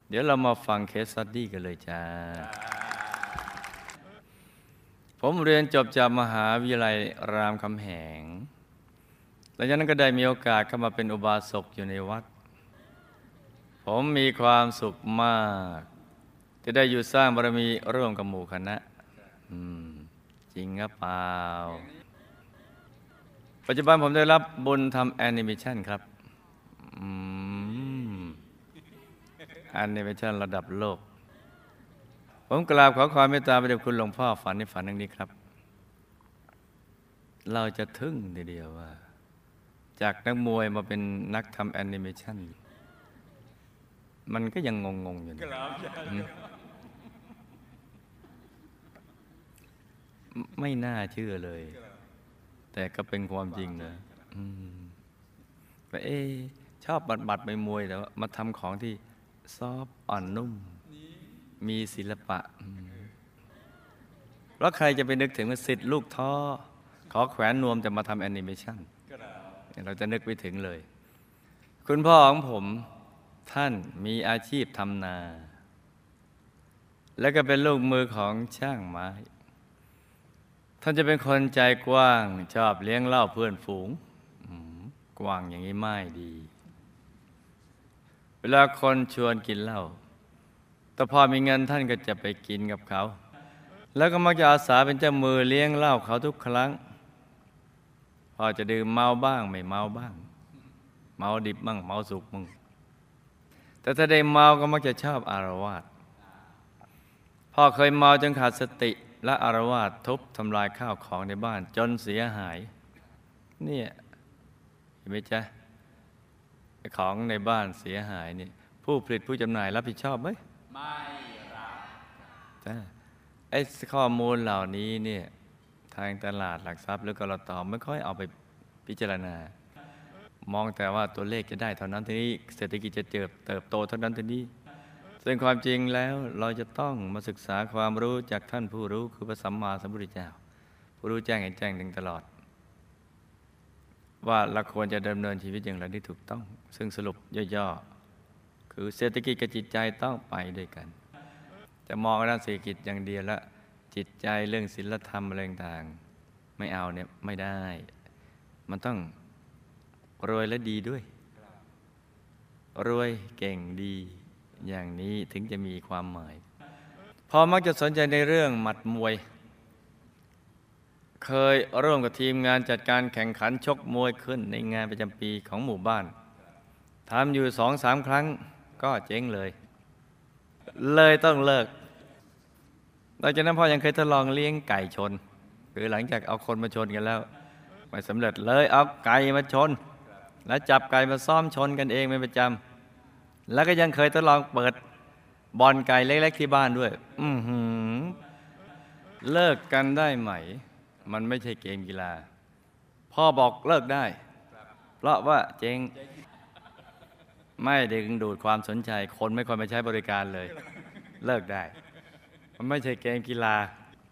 เดี๋ยวเรามาฟังเคสสตัดดี้กันเลยจ้าผมเรียนจบจากมหาวิทยาลัยรามคำแหงหลังจากนั้นก็ได้มีโอกาสเข้ามาเป็นอุบาสกอยู่ในวัดผมมีความสุขมากที่ได้อยู่สร้างบารมีร่วมกับหมู่คณะจริงหรือเปล่าปัจจุบันผมได้รับบุญทำแอนิเมชันครับแอนิเมชันระดับโลกผมกราบขอความเมตตาไปยังคุณหลวงพ่อฝันในฝันอย่างนี้ครับเราจะทึ่งทีเดียวว่าจากนักมวยมาเป็นนักทำแอนิเมชันมันก็ยังงงๆอยู่นะไม่น่าเชื่อเลยแต่ก็เป็นความจริงนะว่าชอบบัดไปมวยแต่ว่ามาทำของที่ซอฟอ่อนนุ่มมีศิลปะแล้วใครจะไปนึกถึงว่าศิษย์ลูกท้อขอแขวนนวมแต่มาทำแอนิเมชันเราจะนึกไปถึงเลยคุณพ่อของผมท่านมีอาชีพทำนาแล้วก็เป็นลูกมือของช่างไม้ท่านจะเป็นคนใจกว้างชอบเลี้ยงเหล้าเพื่อนฝูงกว้างอย่างนี้ไม่ดีเวลาคนชวนกินเหล้าแต่พอมีเงินท่านก็จะไปกินกับเขาแล้วก็มักจะอาสาเป็นเจ้ามือเลี้ยงเหล้าเขาทุกครั้งพอจะดื่มเมาบ้างไม่เมาบ้างเมาดิบบ้างเมาสุกบ้างแต่ถ้าได้เมาก็มักจะชอบอาละวาดพ่อเคยเมาจนขาดสติและอาละวาดทุบทำลายข้าวของในบ้านจนเสียหายเนี่ยเห็นไหมจ๊ะของในบ้านเสียหายเนี่ยผู้ผลิตผู้จำหน่ายรับผิดชอบไหมไม่รับจ้ะไอ้ข้อมูลเหล่านี้เนี่ยทางตลาดหลักทรัพย์หรือกลต.ไม่ค่อยเอาไปพิจารณามองแต่ว่าตัวเลขจะได้เท่านั้นเท่านี้เศรษฐกิจจะเติบโตเท่านั้นเท่านี้ซึ่งความจริงแล้วเราจะต้องมาศึกษาความรู้จากท่านผู้รู้คือพระสัมมาสัมพุทธเจ้าผู้รู้แจ้งเห็นแจ้งถึงตลอดว่าเราควรจะดำเนินชีวิตอย่างไรที่ถูกต้องซึ่งสรุปย่อๆคือเศรษฐกิจกับจิตใจต้องไปด้วยกันจะมองด้านเศรษฐกิจอย่างเดียวและจิตใจเรื่องศีลธรรมอะไรต่างๆไม่เอาเนี่ยไม่ได้มันต้องรวยและดีด้วยรวยเก่งดีอย่างนี้ถึงจะมีความหมายพอมักจะสนใจในเรื่องหมัดมวยเคยร่วมกับทีมงานจัดการแข่งขันชกมวยขึ้นในงานประจำปีของหมู่บ้านทำอยู่2-3 ครั้งก็เจ๊งเลยต้องเลิกหลังจากนั้นพ่อยังเคยทดลองเลี้ยงไก่ชนคือหลังจากเอาคนมาชนกันแล้วไม่สำเร็จเลยเอาไก่มาชนแล้วจับไก่มาซ้อมชนกันเองเป็นประจำแล้วก็ยังเคยทดลองเปิดบ่อนไก่เล็กๆที่บ้านด้วยเลิกกันได้ไหมมันไม่ใช่เกมกีฬาพ่อบอกเลิกได้เพราะว่าเจ๊งไม่ดึงดูดความสนใจคนไม่ค่อยมาใช้บริการเลยเลิกได้มันไม่ใช่เกมกีฬา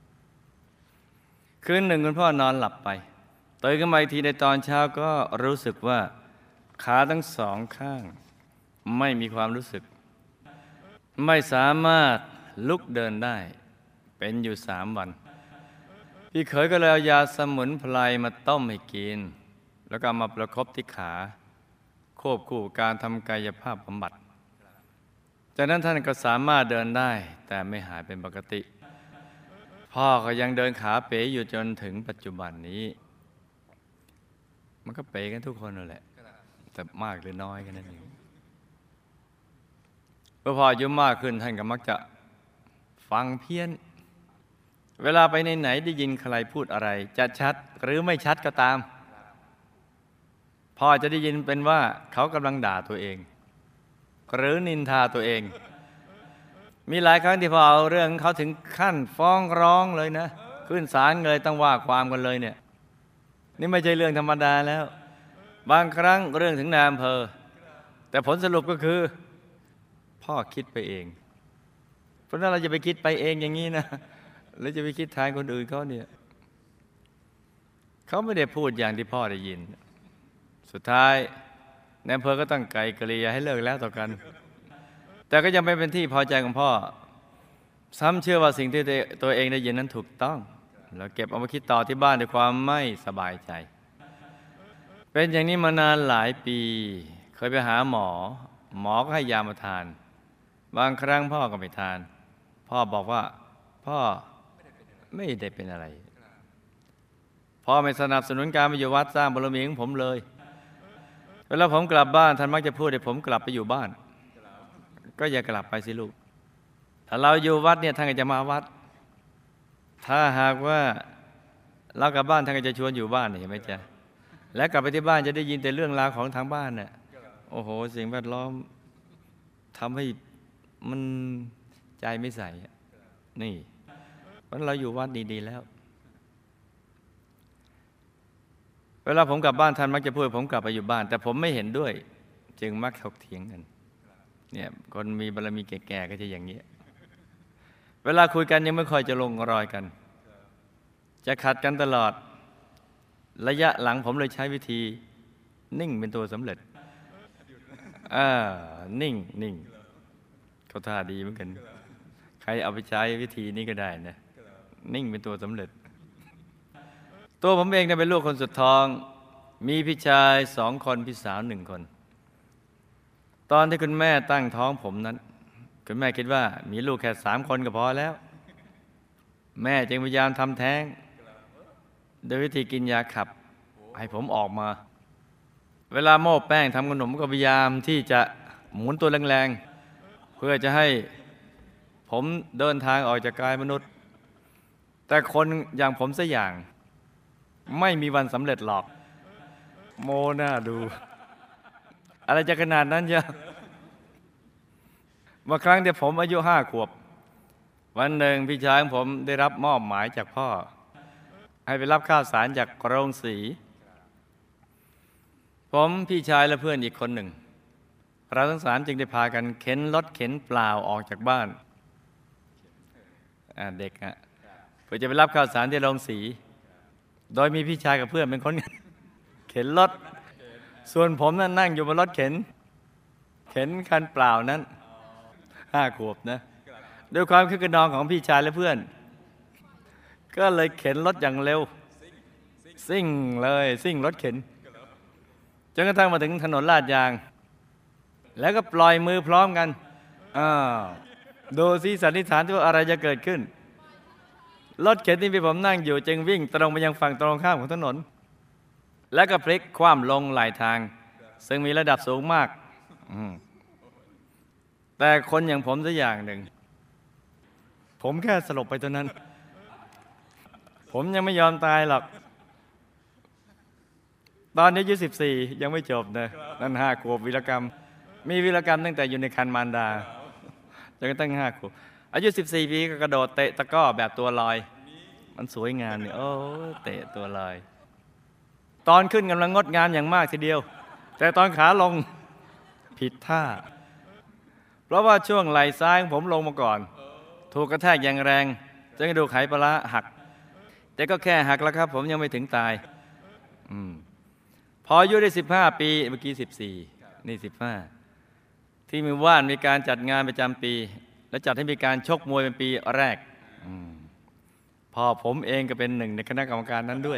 คืนหนึ่งคุณพ่อนอนหลับไปตื่นขึ้นมาอีกทีในตอนเช้าก็รู้สึกว่าขาทั้ง2 ข้างไม่มีความรู้สึกไม่สามารถลุกเดินได้เป็นอยู่3 วันพี่เขยก็เลยเอายาสมุนไพรมาต้มให้กินแล้วก็มาประคบที่ขาควบคู่การทำกายภาพบำบัดจากนั้นท่านก็สามารถเดินได้แต่ไม่หายเป็นปกติพ่อก็ยังเดินขาเป๋อยู่จนถึงปัจจุบันนี้มันก็เป๋กันทุกคนนั่นแหละแต่มากหรือน้อยกันนั่นเองเมื่อพออายุมากขึ้นท่านก็มักจะฟังเพี้ยนเวลาไปไหนได้ยินใครพูดอะไรจะชัดหรือไม่ชัดก็ตามพ่อจะได้ยินเป็นว่าเขากำลังด่าตัวเองหรือนินทาตัวเองมีหลายครั้งที่พอเอาเรื่องเขาถึงขั้นฟ้องร้องเลยนะขึ้นศาลเลยต้องว่าความกันเลยเนี่ยนี่ไม่ใช่เรื่องธรรมดาแล้วบางครั้งเรื่องถึงนายอำเภอแต่ผลสรุปก็คือพ่อคิดไปเองเพราะนั้นเราจะไปคิดไปเองอย่างนี้นะแล้วจะไปคิดแทนคนอื่นเขาเนี่ยเขาไม่ได้พูดอย่างที่พ่อได้ยินสุดท้ายนายอำเภอก็ต้องไกลเกลี่ยให้เลิกแล้วต่อกันแต่ก็ยังไม่เป็นที่พอใจของพ่อซ้ำเชื่อว่าสิ่งที่ตัวเองได้ยินนั้นถูกต้องแล้วเก็บเอามาคิดต่อที่บ้านด้วยความไม่สบายใจเป็นอย่างนี้มานานหลายปีเคยไปหาหมอก็ให้ยามาทานบางครั้งพ่อก็ไม่ทานพ่อบอกว่าพ่อไม่ได้เป็นอะไรพ่อไม่สนับสนุนการไปอยู่วัดสร้างบารมีของผมเลยเวลาผมกลับบ้านท่านมักจะพูดให้ผมกลับไปอยู่บ้านก็อย่ากลับไปสิลูกถ้าเราอยู่วัดเนี่ยท่านก็จะมาวัดถ้าหากว่าเรากลับบ้านท่านก็จะชวนอยู่บ้านเห็นไหมจ๊ะและกลับไปที่บ้านจะได้ยินแต่เรื่องราวของทางบ้านน่ะโอ้โหสิ่งแวดล้อมทำให้มันใจไม่ใส่นี่เพราะเราอยู่วัดดีๆแล้วเวลาผมกลับบ้านท่านมักจะพูดผมกลับไปอยู่บ้านแต่ผมไม่เห็นด้วยจึงมักถกเถียงกันเนี่ยคนมีบารมีแก่ๆก็จะอย่างนี้เวลาคุยกันยังไม่ค่อยจะลงรอยกันจะขัดกันตลอดระยะหลังผมเลยใช้วิธีนิ่งเป็นตัวสำเร็จนิ่งเขาท่าดีเหมือนกันใครเอาไปใช้วิธีนี้ก็ได้นะนิ่งเป็นตัวสำเร็จตัวผมเองเป็นลูกคนสุดท้องมีพี่ชาย2 คนพี่สาว1 คนตอนที่คุณแม่ตั้งท้องผมนั้นคุณแม่คิดว่ามีลูกแค่3 คนก็พอแล้วแม่จึงพยายามทำแท้งโดยวิธีกินยาขับให้ผมออกมาเวลาโม้แป้งทำขนมก็พยายามที่จะหมุนตัวแรงๆเพื่อจะให้ผมเดินทางออกจากกายมนุษย์แต่คนอย่างผมสักอย่างไม่มีวันสำเร็จหรอกโมน่าดูอะไรจะขนาดนั้นเยอะเมื่อครั้งที่ผมอายุ5 ขวบวันหนึ่งพี่ชายของผมได้รับมอบหมายจากพ่อให้ไปรับข้าวสารจากโรงสีผมพี่ชายและเพื่อนอีกคนหนึ่งเราทั้ง3จึงได้พากันเข็นรถเข็นเปล่าออกจากบ้านเด็กเพื่อจะไปรับข้าวสารที่โรงสีโดยมีพี่ชายกับเพื่อนเป็นคนเข็นรถส่วนผมนั่นนั่งอยู่บนรถเข็นคันเปล่านั้น5 ขวบนะด้วยความคึกขนองของพี่ชายและเพื่อนก็เลยเข็นรถอย่างเร็วซิ่งรถเข็นจนกระทั่งมาถึงถนนลาดยางแล้วก็ปล่อยมือพร้อมกันดูสิสันนิษฐานว่าอะไรจะเกิดขึ้นรถเข็นที่พี่ผมนั่งอยู่จึงวิ่งตรงไปยังฝั่งตรงข้ามของถนนแล้วก็พลิกคว่ำลงไหลทางซึ่งมีระดับสูงมากแต่คนอย่างผมสักอย่างหนึ่งผมแค่สลบไปเท่านั้นผมยังไม่ยอมตายหรอกตอนนี้อายุ14ยังไม่จบนะนั่น5 ขวบวีรกรรมมีวีรกรรมตั้งแต่อยู่ในครรภ์มารดาจนกระทั่ง5 ขวบอายุ14 ปีก็กระโดดเตะตะกร้อแบบตัวลอยมันสวยงามเนี่ยโอ้เตะตัวลอยตอนขึ้นกำลังงดงามอย่างมากทีเดียวแต่ตอนขาลงผิดท่าเพราะว่าช่วงไหล่ซ้ายของผมลงมาก่อนถูกกระแทกอย่างแรงจนกระดูกไขปลาร้าหักแต่ก็แค่หักแล้วครับผมยังไม่ถึงตายพออายุได้15 ปีเมื่อกี้14นี่15ที่มีว่านมีการจัดงานประจำปีและจัดให้มีการชกมวยเป็นปีแรกพอผมเองก็เป็น1 ในคณะกรรมการนั้นด้วย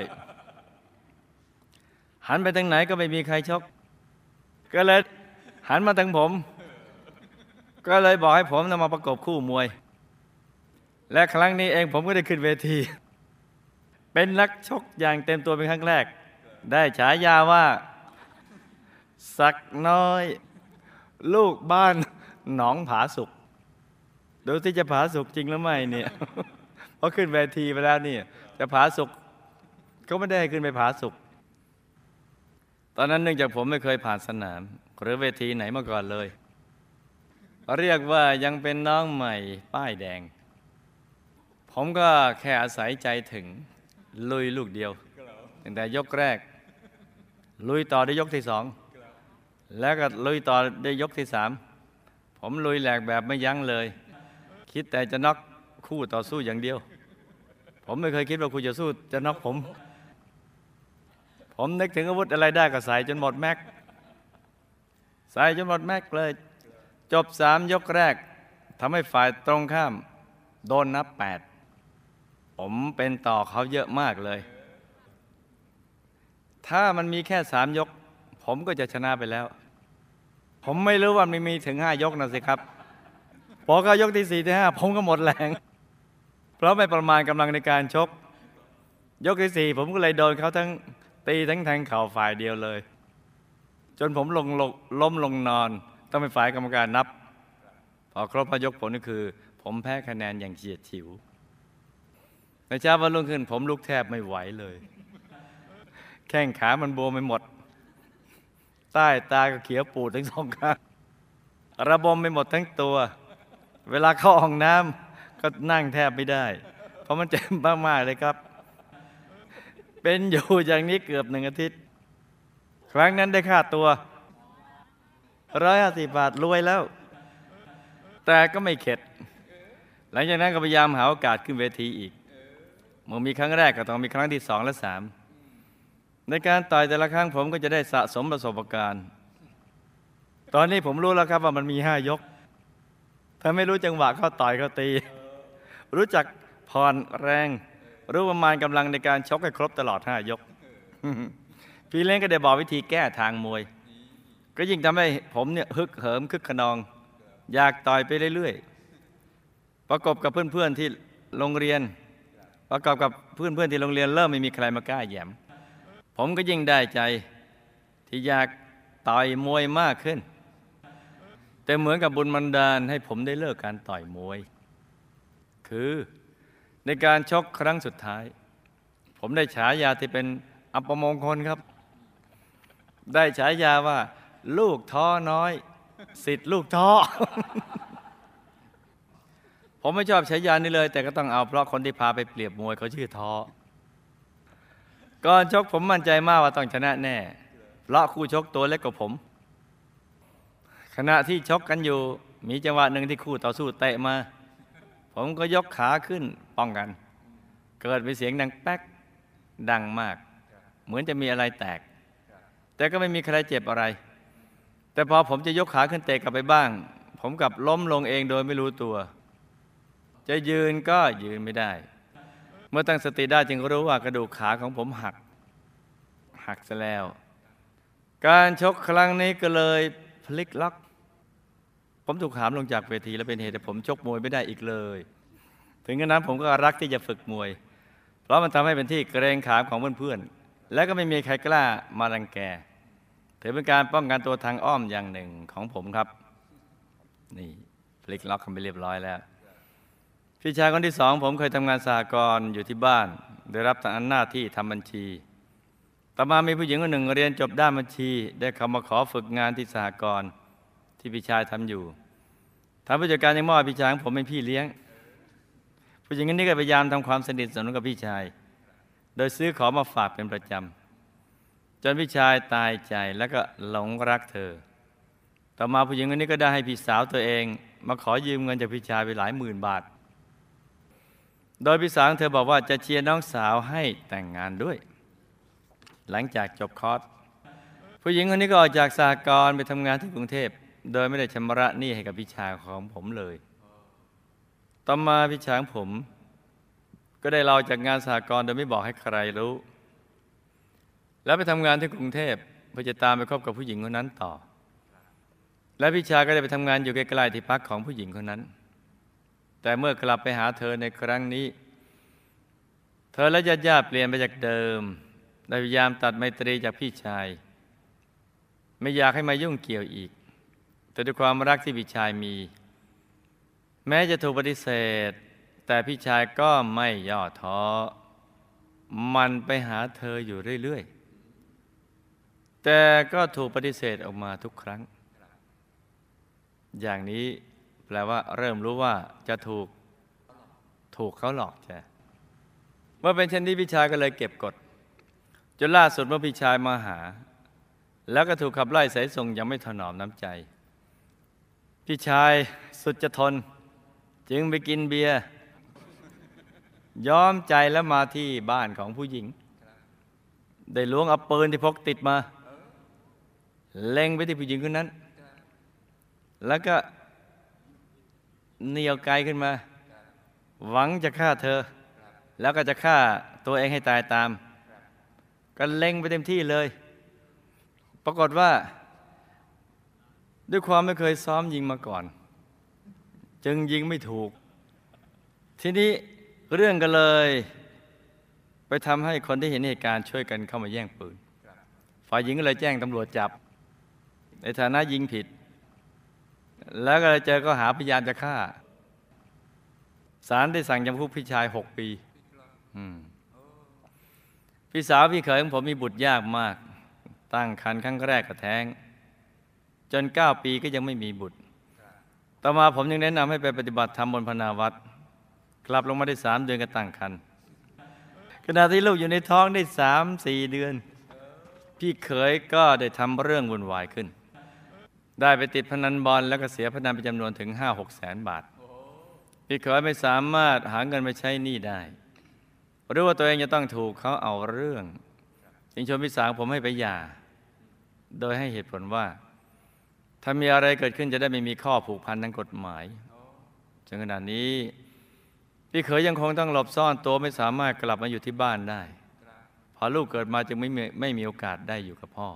หันไปทางไหนก็ไม่มีใครชกก็เลยหันมาทางผมก็เลยบอกให้ผมนำมาประกบคู่มวยและครั้งนี้เองผมก็ได้ขึ้นเวทีเป็นนักชกอย่างเต็มตัวเป็นครั้งแรกได้ฉายาว่าศักน้อยลูกบ้านหนองผาสุกดูที่จะผาสุกจริงหรือไม่เนี่ยเพราะขึ้นเวทีไปแล้วนี่จะผาสุกก็ไม่ได้ให้ขึ้นไปผาสุกตอนนั้นเนื่องจากผมไม่เคยผ่านสนามหรือเวทีไหนมาก่อนเลยเรียกว่ายังเป็นน้องใหม่ป้ายแดงผมก็แค่อาศัยใจถึงลุยลูกเดียวตั้งแต่ยกแรกลุยต่อได้ยกที่2แล้วก็ลุยต่อได้ยกที่3ผมลุยแหลกแบบไม่ยั้งเลยคิดแต่จะน็อกคู่ต่อสู้อย่างเดียวผมไม่เคยคิดว่าคู่จะสู้จะน็อกผมนึกถึงอาวุธอะไรได้ก็ใส่จนหมดแม็กใส่จนหมดแม็กเลยจบ3 ยกแรกทำให้ฝ่ายตรงข้ามโดนนับ8ผมเป็นต่อเขาเยอะมากเลยถ้ามันมีแค่3 ยกผมก็จะชนะไปแล้วผมไม่รู้ว่ามันมีถึง5 ยกนะสิครับพอเข้ายกที่4ที่5ผมก็หมดแรงเพราะไม่ประมาณกำลังในการชกยกที่4ผมก็เลยโดนเขาทั้งตีทั้งแทงเข่าฝ่ายเดียวเลยจนผมล้มลงนอนต้องไปฝ่ายกรรมการนับพอครบ5 ยกผลก็คือผมแพ้คะแนนอย่างเฉียดฉิวในเช้าวันรุ่งขึ้นผมลุกแทบไม่ไหวเลยแข้งขามันบวมไปหมดใต้ตาก็เขียวปูดทั้ง2 ข้างระบมไปหมดทั้งตัวเวลาเข้าห้องน้ำก็นั่งแทบไม่ได้เพราะมันเจ็บมากๆเลยครับเป็นอยู่อย่างนี้เกือบ1 อาทิตย์ครั้งนั้นได้ค่าตัว150 บาทรวยแล้วแต่ก็ไม่เข็ดหลังจากนั้นก็พยายามหาโอกาสขึ้นเวทีอีกเมื่อมีครั้งแรกก็ต้องมีครั้งที่2และ3ในการต่อยแต่ละครั้งผมก็จะได้สะสมประสบการณ์ตอนนี้ผมรู้แล้วครับว่ามันมี5 ยกถ้าไม่รู้จังหวะเข้าต่อยเข้าตีรู้จักผ่อนแรงรู้ประมาณกำลังในการชกให้ครบตลอด5 ยกพี่เล้งก็ได้บอกวิธีแก้ทางมวยก็ยิ่งทำให้ผมเนี่ยฮึกเหิมคึกขนองอยากต่อยไปเรื่อยๆประกอบกับเพื่อนๆที่โรงเรียนที่โรงเรียนเริ่มไม่มีใครมากล้าแหย่มผมก็ยิ่งได้ใจที่อยากต่อยมวยมากขึ้นแต่เหมือนกับบุญบันดาลให้ผมได้เลิกการต่อยมวยคือในการชกครั้งสุดท้ายผมได้ฉายาที่เป็นอัปมงคลครับได้ฉายาว่าลูกท้อน้อยศิษย์ลูกท้อ ผมไม่ชอบฉายานี้เลยแต่ก็ต้องเอาเพราะคนที่พาไปเปรียบมวยเขาชื่อท้อก่อนชกผมมั่นใจมากว่าต้องชนะแน่เพราะคู่ชกตัวเล็กกว่าผมขณะที่ชกกันอยู่มีจังหวะหนึ่งที่คู่ต่อสู้เตะมาผมก็ยกขาขึ้นป้องกันเกิดเป็นเสียงดังแป๊กดังมากเหมือนจะมีอะไรแตกแต่ก็ไม่มีใครเจ็บอะไรแต่พอผมจะยกขาขึ้นเตะกลับไปบ้างผมกลับล้มลงเองโดยไม่รู้ตัวจะยืนก็ยืนไม่ได้เมื่อตั้งสติได้จึงรู้ว่ากระดูกขาของผมหักซะแล้วการชกครั้งนี้ก็เลยพลิกล็อกผมถูกหามลงจากเวทีและเป็นเหตุให้ผมชกมวยไม่ได้อีกเลยถึงขนาดนั้นผมก็รักที่จะฝึกมวยเพราะมันทำให้เป็นที่เกรงขามของเพื่อนๆและก็ไม่มีใครกล้ามารังแกถือเป็นการป้องกันตัวทางอ้อมอย่างหนึ่งของผมครับนี่พลิกล็อกกันไปเรียบร้อยแล้วพี่ชายคนที่2ผมเคยทำงานสหกรณ์อยู่ที่บ้านได้รับหน้าที่ทำบัญชีต่อมามีผู้หญิงคนหนึ่งเรียนจบด้านบัญชีได้เข้ามาขอฝึกงานที่สหกรณ์ที่พี่ชายทำอยู่ทางผู้จัดการยังมอบพี่ชายของผมเป็นพี่เลี้ยงผู้หญิงคนนี้ก็พยายามทำความสนิทสนมกับพี่ชายโดยซื้อของมาฝากเป็นประจำจนพี่ชายตายใจแล้วก็หลงรักเธอต่อมาผู้หญิงคนนี้ก็ได้ให้พี่สาวตัวเองมาขอยืมเงินจากพี่ชายไปหลายหมื่นบาทโดยพี่สาวเธอบอกว่าจะเชียร์น้องสาวให้แต่งงานด้วยหลังจากจบคอร์สผู้หญิงคนนี้ก็ออกจากสหกรณ์ไปทำงานที่กรุงเทพโดยไม่ได้ชำระหนี้ให้กับพี่ชายของผมเลยต่อมาพี่ชายของผมก็ได้ลาจากงานสหกรณ์โดยไม่บอกให้ใครรู้แล้วไปทำงานที่กรุงเทพเพื่อจะตามไปคบกับผู้หญิงคนนั้นต่อและพี่ชายก็ได้ไปทำงานอยู่ใกล้ๆที่พักของผู้หญิงคนนั้นแต่เมื่อกลับไปหาเธอในครั้งนี้เธอและญาติๆเปลี่ยนไปจากเดิมได้พยายามตัดไมตรีจากพี่ชายไม่อยากให้มายุ่งเกี่ยวอีกแต่ด้วยความรักที่พี่ชายมีแม้จะถูกปฏิเสธแต่พี่ชายก็ไม่ย่อท้อมันไปหาเธออยู่เรื่อยๆแต่ก็ถูกปฏิเสธออกมาทุกครั้งอย่างนี้แปลว่าเริ่มรู้ว่าจะถูกเขาหลอกจ้ะเมื่อเป็นเช่นนี้พี่ชายก็เลยเก็บกดจนล่าสุดเมื่อพี่ชายมาหาแล้วก็ถูกขับไล่สายส่งยังไม่ถนอมน้ำใจพี่ชายสุดจะทนจึงไปกินเบียร์ยอมใจแล้วมาที่บ้านของผู้หญิงได้ล้วงเอาปืนที่พกติดมาเล็งไปที่ผู้หญิงคนนั้นแล้วก็เหนี่ยวไกขึ้นมาหวังจะฆ่าเธอแล้วก็จะฆ่าตัวเองให้ตายตามก็เล็งไปเต็มที่เลยปรากฏว่าด้วยความไม่เคยซ้อมยิงมาก่อนจึงยิงไม่ถูกทีนี้เรื่องก็เลยไปทำให้คนที่เห็นเหตุการณ์ช่วยกันเข้ามาแย่งปืนฝ่ายหญิงก็เลยแจ้งตำรวจจับในฐานะยิงผิดแล้วก็เลยเจอข้อหาพยายามจะฆ่าศาลได้สั่งจำคุกพี่ชาย6 ปีพี่สาวพี่เขยของผมมีบุตรยากมากตั้งครรภ์ครั้งแรกก็แท้งจน9 ปีก็ยังไม่มีบุตรต่อมาผมยังแนะนำให้ไปปฏิบัติธรรมบนพนาวัดกลับลงมาได้3 เดือนก็ตั้งครรภ์ขณะที่ลูกอยู่ในท้องได้3-4 เดือนพี่เขยก็ได้ทำเรื่องวุ่นวายขึ้นได้ไปติดพนันบอลแล้วก็เสียพนันไปจำนวนถึง 5-6 แสนบาทพี่เขยไม่สามารถหาเงินมาใช้หนี้ได้หรือว่าตัวเองจะต้องถูกเขาเอาเรื่องจึงชวนพี่สาวผมให้ไปหย่าโดยให้เหตุผลว่าถ้ามีอะไรเกิดขึ้นจะได้ไม่มีข้อผูกพันทางกฎหมายจนขณะนี้พี่เขยยังคงต้องหลบซ่อนตัวไม่สามารถกลับมาอยู่ที่บ้านได้พอลูกเกิดมาจึงไม่มีโอกาสได้อยู่กับพ่อ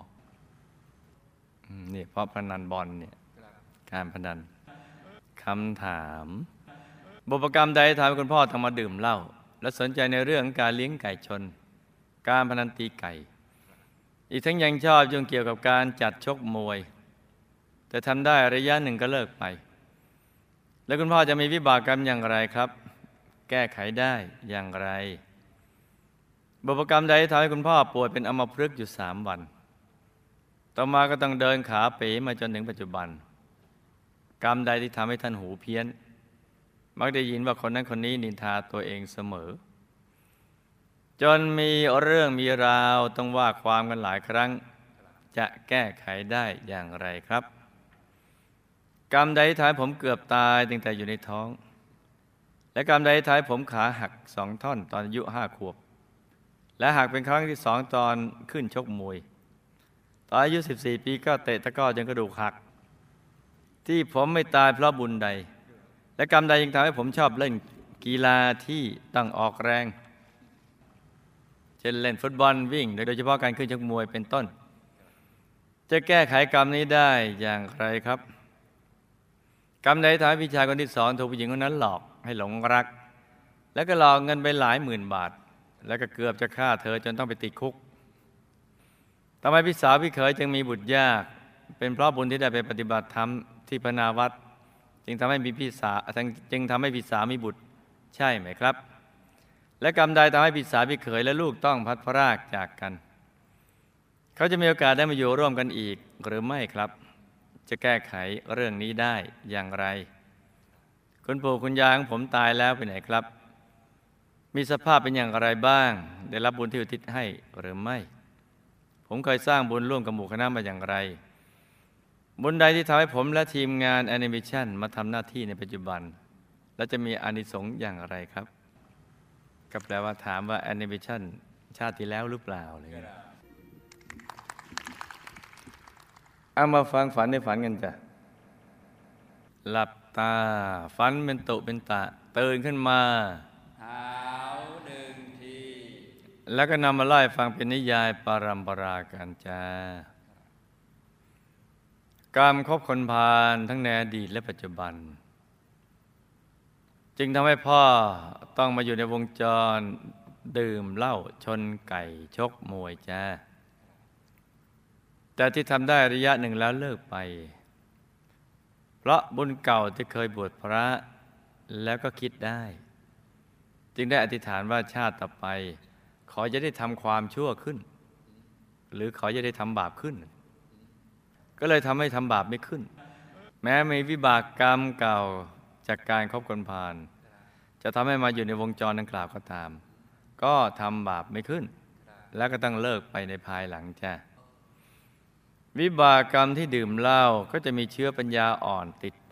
นี่เพราะพนันบอลเนี่ยการพนันคำถามบุพกรรมใดทำให้คุณพ่อต้องมาดื่มเหล้าและสนใจในเรื่องการเลี้ยงไก่ชนการพนันตีไก่อีกทั้งยังชอบยุ่งเกี่ยวกับการจัดชกมวยแต่ทำได้ระยะหนึ่งก็เลิกไปแล้วคุณพ่อจะมีวิบากกรรมอย่างไรครับแก้ไขได้อย่างไรบุพกรรมใดทำให้คุณพ่อป่วยเป็นอัมพฤกษ์อยู่3 วันต่อมาก็ต้องเดินขาเป๋มาจนถึงปัจจุบันกรรมใดที่ทำให้ท่านหูเพี้ยนมักได้ยินว่าคนนั้นคนนี้นินทาตัวเองเสมอจนมีเรื่องมีราวต้องว่าความกันหลายครั้งจะแก้ไขได้อย่างไรครับกรรมใดที่ทำให้ผมเกือบตายตั้งแต่อยู่ในท้องและกรรมใดที่ทำให้ผมขาหัก2 ท่อนตอนอายุ5 ขวบและหักเป็นครั้งที่2ตอนขึ้นชกมวยตอนอายุ14 ปีก็เตะตะกร้อจนกระดูกหักที่ผมไม่ตายเพราะบุญใดและกรรมใดยังทำให้ผมชอบเล่นกีฬาที่ต้องออกแรงเช่นเล่นฟุตบอลวิ่งโดยเฉพาะการขึ้นชกมวยเป็นต้นจะแก้ไขกรรมนี้ได้อย่างไรครับกรรมใดทำให้พี่ชายคนที่2ถูกผู้หญิงคนนั้นหลอกให้หลงรักแล้วก็หลอกเงินไปหลายหมื่นบาทแล้วก็เกือบจะฆ่าเธอจนต้องไปติดคุกทำไมพี่สาวพี่เขยจึงมีบุตรยากเป็นเพราะบุญที่ได้ไปปฏิบัติธรรมที่พนาวัดจึงทำให้พี่สาวมีบุตรใช่ไหมครับและกรรมใดทำให้พี่สาวพี่เขยและลูกต้องพัดพรากจากกันเขาจะมีโอกาสได้มาอยู่ร่วมกันอีกหรือไม่ครับจะแก้ไขเรื่องนี้ได้อย่างไรคุณปู่คุณย่าของผมตายแล้วไปไหนครับมีสภาพเป็นอย่างไรบ้างได้รับบุญที่อุทิศให้หรือไม่ผมเคยสร้างบุญร่วมกับหมู่คณะมาอย่างไรบุญใดที่ทำให้ผมและทีมงานแอนิเมชันมาทำหน้าที่ในปัจจุบันและจะมีอานิสงส์อย่างไรครับก็แปลว่าถามว่าแอนิเมชันชาติที่แล้วหรือเปล่าเลยเอามาฟังฝันในฝันกันจ้ะหลับตาฝันเป็นตุเป็นตะตื่นขึ้นมาเท้า1 ทีแล้วก็นำมาไล่ฟังเป็นนิยายปรัมปรากันจ้ากรรมคบคนพาลทั้งในอดีตและปัจจุบันจึงทำให้พ่อต้องมาอยู่ในวงจรดื่มเหล้าชนไก่ชกมวยจ้าแต่ที่ทำได้ระยะหนึ่งแล้วเลิกไปเพราะบุญเก่าที่เคยบวชพระแล้วก็คิดได้จึงได้อธิษฐานว่าชาติต่อไปขอจะได้ทำความชั่วขึ้นหรือขอจะได้ทำบาปขึ้นก็เลยทำให้ทำบาปไม่ขึ้นแม้มีวิบากกรรมเก่าจากการคบคนพาลจะทำให้มาอยู่ในวงจรดังกล่าวก็ตามก็ทำบาปไม่ขึ้นแล้วก็ต้องเลิกไปในภายหลังจ้ะวิบากกรรมที่ดื่มเหล้าก็จะมีเชื้อปัญญาอ่อนติดไป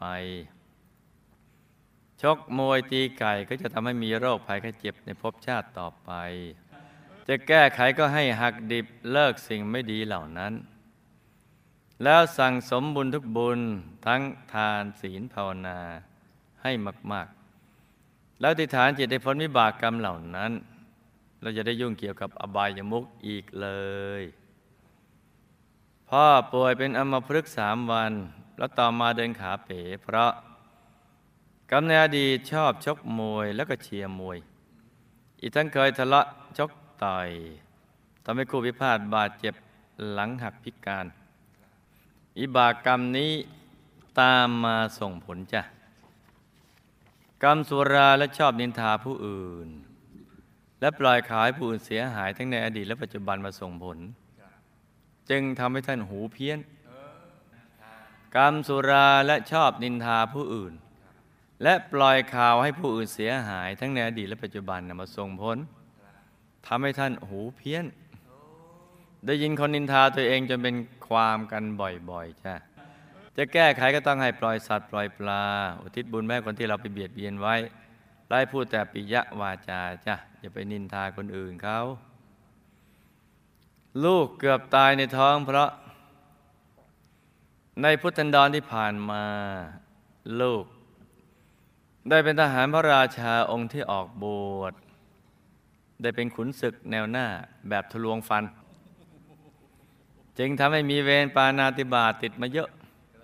ชกมวยตีไก่ก็จะทำให้มีโรคภัยไข้เจ็บในภพชาติต่อไปจะแก้ไขก็ให้หักดิบเลิกสิ่งไม่ดีเหล่านั้นแล้วสั่งสมบุญทุกบุญทั้งทานศีลภาวนาให้มากๆแล้วอธิษฐานจิตให้พ้นวิบากกรรมเหล่านั้นเราจะได้ยุ่งเกี่ยวกับอบายมุขอีกเลยพ่อป่วยเป็นอัมพฤกษ์3 วันแล้วต่อมาเดินขาเป๋เพราะกำเนิดอดีตชอบชกมวยแล้วก็เชียร์มวยอีกทั้งเคยทะเลาะชกต่อยทำให้คู่พิพาทบาดเจ็บหลังหักพิการอิบากกรรมนี้ตามมาส่งผลจ้ะกรรมสุราและชอบนินทาผู้อื่นและปล่อยข่าวให้ผู้อื่นเสียหายทั้งในอดีตและปัจจุบันมาส่งผลจึงทำให้ท่านหูเพี้ยนกรรมสุราและชอบนินทาผู้อื่นและปล่อยข่าวให้ผู้อื่นเสียหายทั้งในอดีตและปัจจุบันมาส่งผลทำให้ท่านหูเพี้ยนได้ยินคนนินทาตัวเองจนเป็นความกันบ่อยๆจ้ะจะแก้ไขก็ต้องให้ปล่อยสัตว์ปล่อยปลาอุทิศบุญแม่คนที่เราไปเบียดเบียนไว้ไล่พูดแต่ปิยวาจาจ้ะอย่าไปนินทาคนอื่นเขาลูกเกือบตายในท้องเพราะในพุทธันดรที่ผ่านมาลูกได้เป็นทหารพระราชาองค์ที่ออกบวชได้เป็นขุนศึกแนวหน้าแบบทะลวงฟันจึงทำให้มีเวรปาณาติบาตติดมาเยอะ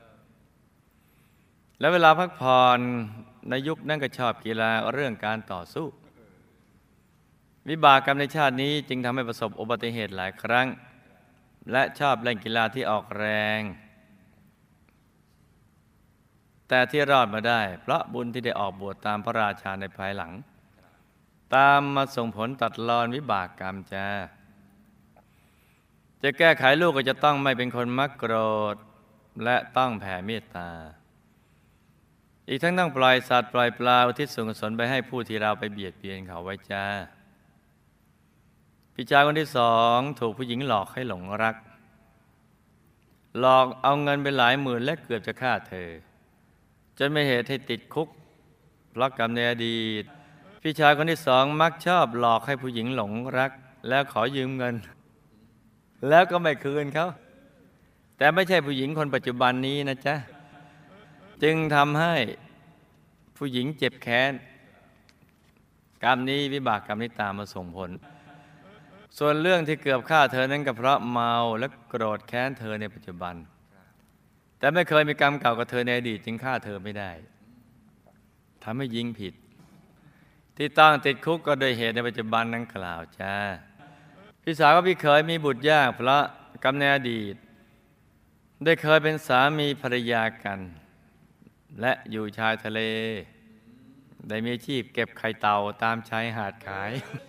และเวลาพักผ่อนในยุคนั้นก็ชอบกีฬาเรื่องการต่อสู้วิบากกรรมในชาตินี้จึงทำให้ประสบอุบัติเหตุหลายครั้งและชอบเล่นกีฬาที่ออกแรงแต่ที่รอดมาได้เพราะบุญที่ได้ออกบวชตามพระราชาในภายหลังตามมาส่งผลตัดรอนวิบากกรรมจ้าจะแก้ไขลูกก็จะต้องไม่เป็นคนมักโกรธและต้องแผ่เมตตาอีกทั้งต้องปล่อยสัตว์ปล่อยปลาอุทิศส่วนกุศลไปให้ผู้ที่เราไปเบียดเบียนเขาไว้จ้าพี่ชายคนที่2ถูกผู้หญิงหลอกให้หลงรักหลอกเอาเงินไปหลายหมื่นและเกือบจะฆ่าเธอจนไม่เหตุให้ติดคุกเพราะกรรมในอดีตพี่ชายคนที่2มักชอบหลอกให้ผู้หญิงหลงรักแล้วขอยืมเงินแล้วก็ไม่คืนเขาแต่ไม่ใช่ผู้หญิงคนปัจจุบันนี้นะจ๊ะจึงทำให้ผู้หญิงเจ็บแค้นกรรมนี้วิบากกรรมนี้ตามมาส่งผลส่วนเรื่องที่เกือบฆ่าเธอนั้นก็เพราะเมาและโกรธแค้นเธอในปัจจุบันแต่ไม่เคยมีกรรมเก่ากับเธอในอดีตจึงฆ่าเธอไม่ได้ทำให้ยิงผิดที่ต้องติดคุกก็โดยเหตุในปัจจุบันนั้นกล่าวจ้าพี่สาวกับพี่เขยมีบุตรยากเพราะกรรมในอดีตได้เคยเป็นสามีภรรยากันและอยู่ชายทะเลได้มีอาชีพเก็บไข่เต่าตามชายหาดขาย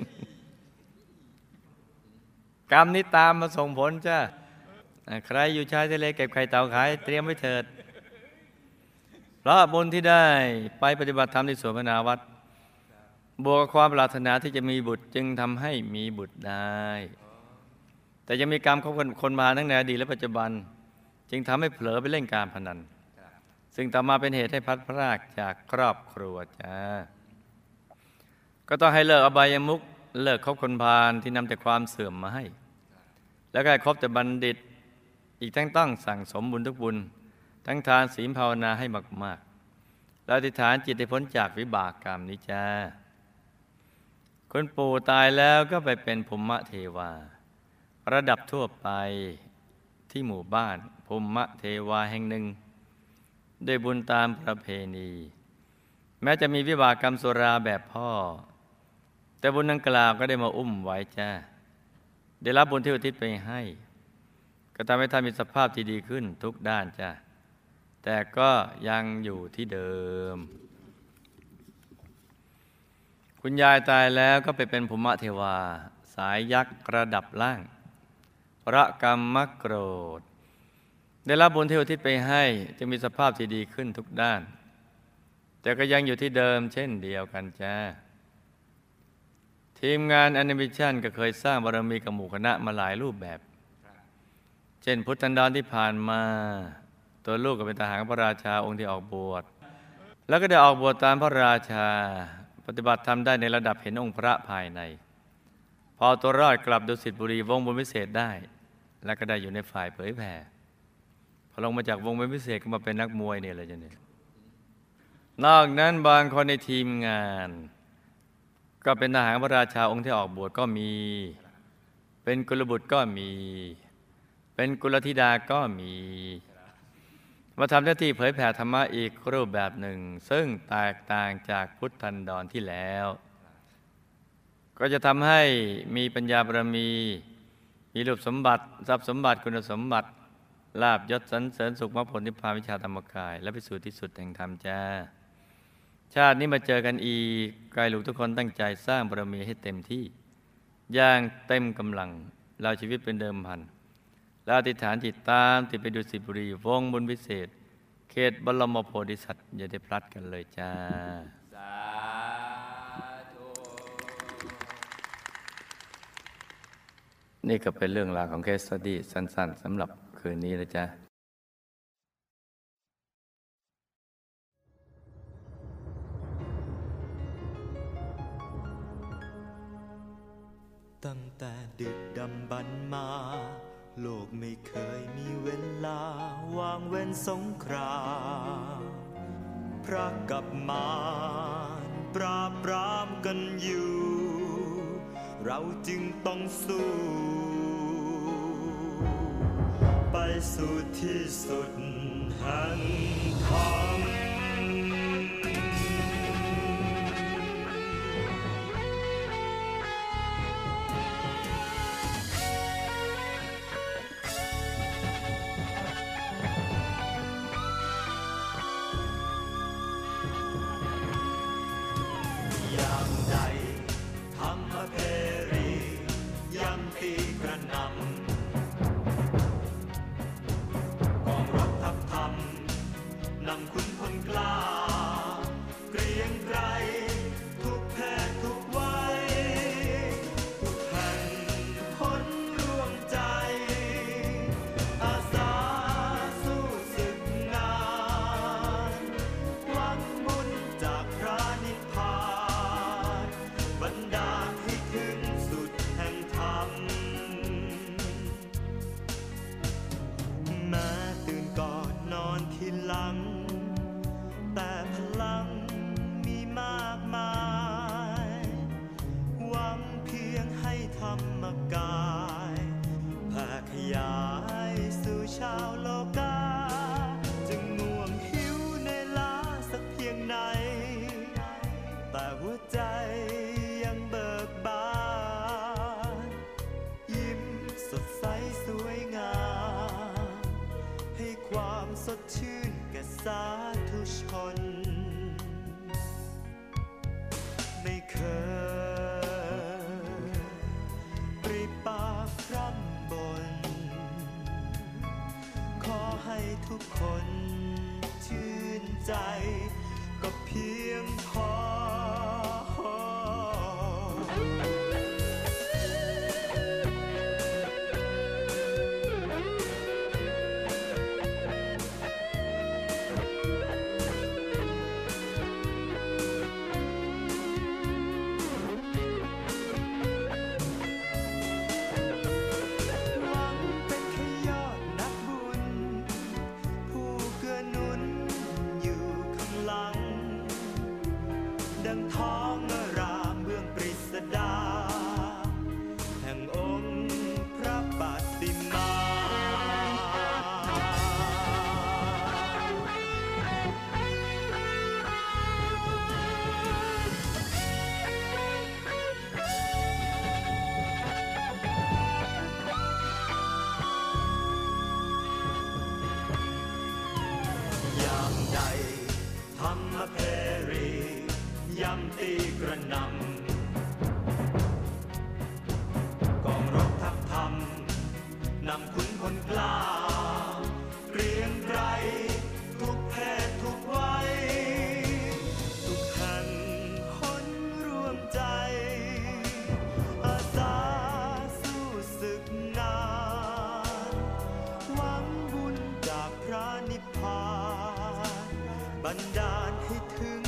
กรรมนี้ตามมาส่งผลจ้าใครอยู่ชายทะเลเก็บไข่เต่าขายเตรียมไว้เถิดเพราะบุญที่ได้ไปปฏิบัติธรรมที่สวนพนาวัดบวกกับความปรารถนาที่จะมีบุตรจึงทำให้มีบุตรได้แต่ยังมีกรรมของคนมาทั้งในอดีตและปัจจุบันจึงทำให้เผลอไปเล่นการพนันซึ่งต่อมาเป็นเหตุให้พลัดพรากจากครอบครัวจ้าก็ต้องให้เลิกอบายมุขเลิกคบคนพาลที่นำแต่ความเสื่อมมาให้แล้วก็ให้คบแต่บัณฑิตอีกทั้งต้องสั่งสมบุญทุกบุญทั้งทานศีลภาวนาให้มากๆแล้วอธิษฐานจิตให้พ้นจากวิบากกรรมนี้จ้าคนปู่ตายแล้วก็ไปเป็นภูมิเทวาระดับทั่วไปที่หมู่บ้านภูมิเทวาแห่งหนึ่งด้วยบุญตามประเพณีแม้จะมีวิบากกรรมสุราแบบพ่อแต่บุญดังกล่าวก็ได้มาอุ้มไว้จ้าได้รับบุญที่อุทิศไปให้ก็ทำให้ท่านมีสภาพที่ดีขึ้นทุกด้านจ้าแต่ก็ยังอยู่ที่เดิมคุณยายตายแล้วก็ไปเป็นภูมิเทวาสายยักษ์ระดับล่างพระกรรมโกรธได้รับบุญที่อุทิศไปให้จึงมีสภาพที่ดีขึ้นทุกด้านแต่ก็ยังอยู่ที่เดิมเช่นเดียวกันจ้าทีมงานแอนิเมชันก็เคยสร้างบารมีกับหมู่คณะมาหลายรูปแบบเช่นพุทธันดรที่ผ่านมาตัวลูกก็เป็นทหารพระราชาองค์ที่ออกบวชแล้วก็ได้ออกบวชตามพระราชาปฏิบัติธรรมได้ในระดับเห็นองค์พระภายในพอตัวรอดกลับดุสิตบุรีวงบุญวิเศษได้และก็ได้อยู่ในฝ่ายเผยแผ่พอลงมาจากวงเป็นพิเศษก็มาเป็นนักมวยเนี่ยเลยจ้ะเนี่ยนอกนั้นบางคนในทีมงานก็เป็นทหารพระราชาองค์ที่ออกบวชก็มีเป็นกุลบุตรก็มีเป็นกุลธิดาก็มีมาทำหน้าที่เผยแผ่ธรรมะอีกรูปแบบหนึ่งซึ่งแตกต่างจากพุทธันดรที่แล้วก็จะทำให้มีปัญญาบารมีมีรูปสมบัติทรัพย์สมบัติคุณสมบัติลาภยศสรรเสริญสุขมรรคผลนิพพานวิชาธรรมกายและพิสูจน์ที่สุดแห่งธรรมจ้าชาตินี้มาเจอกันอีกกายลูกทุกคนตั้งใจสร้างบารมีให้เต็มที่อย่างเต็มกำลังเราชีวิตเป็นเดิมพันแล้วอธิษฐานจิตตามติดไปดูสิบุรีวงบุญพิเศษเขตบรมโพธิสัตว์อย่าได้พลัดกันเลยจ้าสาธุนี่ก็เป็นเรื่องราวของเคสสตี้สั้นๆสำหรับคืนนี้นะจ๊ะตั้งแต่ดึกดำบรรพ์มาโลกไม่เคยมีเวลาวางเว้นสงครามพระกับมารปราบปรามกันอยู่เราจึงต้องสู้ไปสู่ที่สุดแห่งธรรมสดชื่นแก่สาธุชนไม่เคยปริปากพร่ำบ่นขอให้ทุกคนชื่นใจก็เพียงพอดังท้องรามเบื้องปริศดาแห่งองค์พระปฏิมาอย่างใดธรรมเพรีย่ำตีกระหน่ำกองรบทัพธรรมนำขุนพลกล้าเกรียงไกรทุกเพศทุกวัยทุกแห่งหนร่วมใจอาสาสู้ศึกนานหวังบุญจากพระนิพพานบันดาลให้ถึง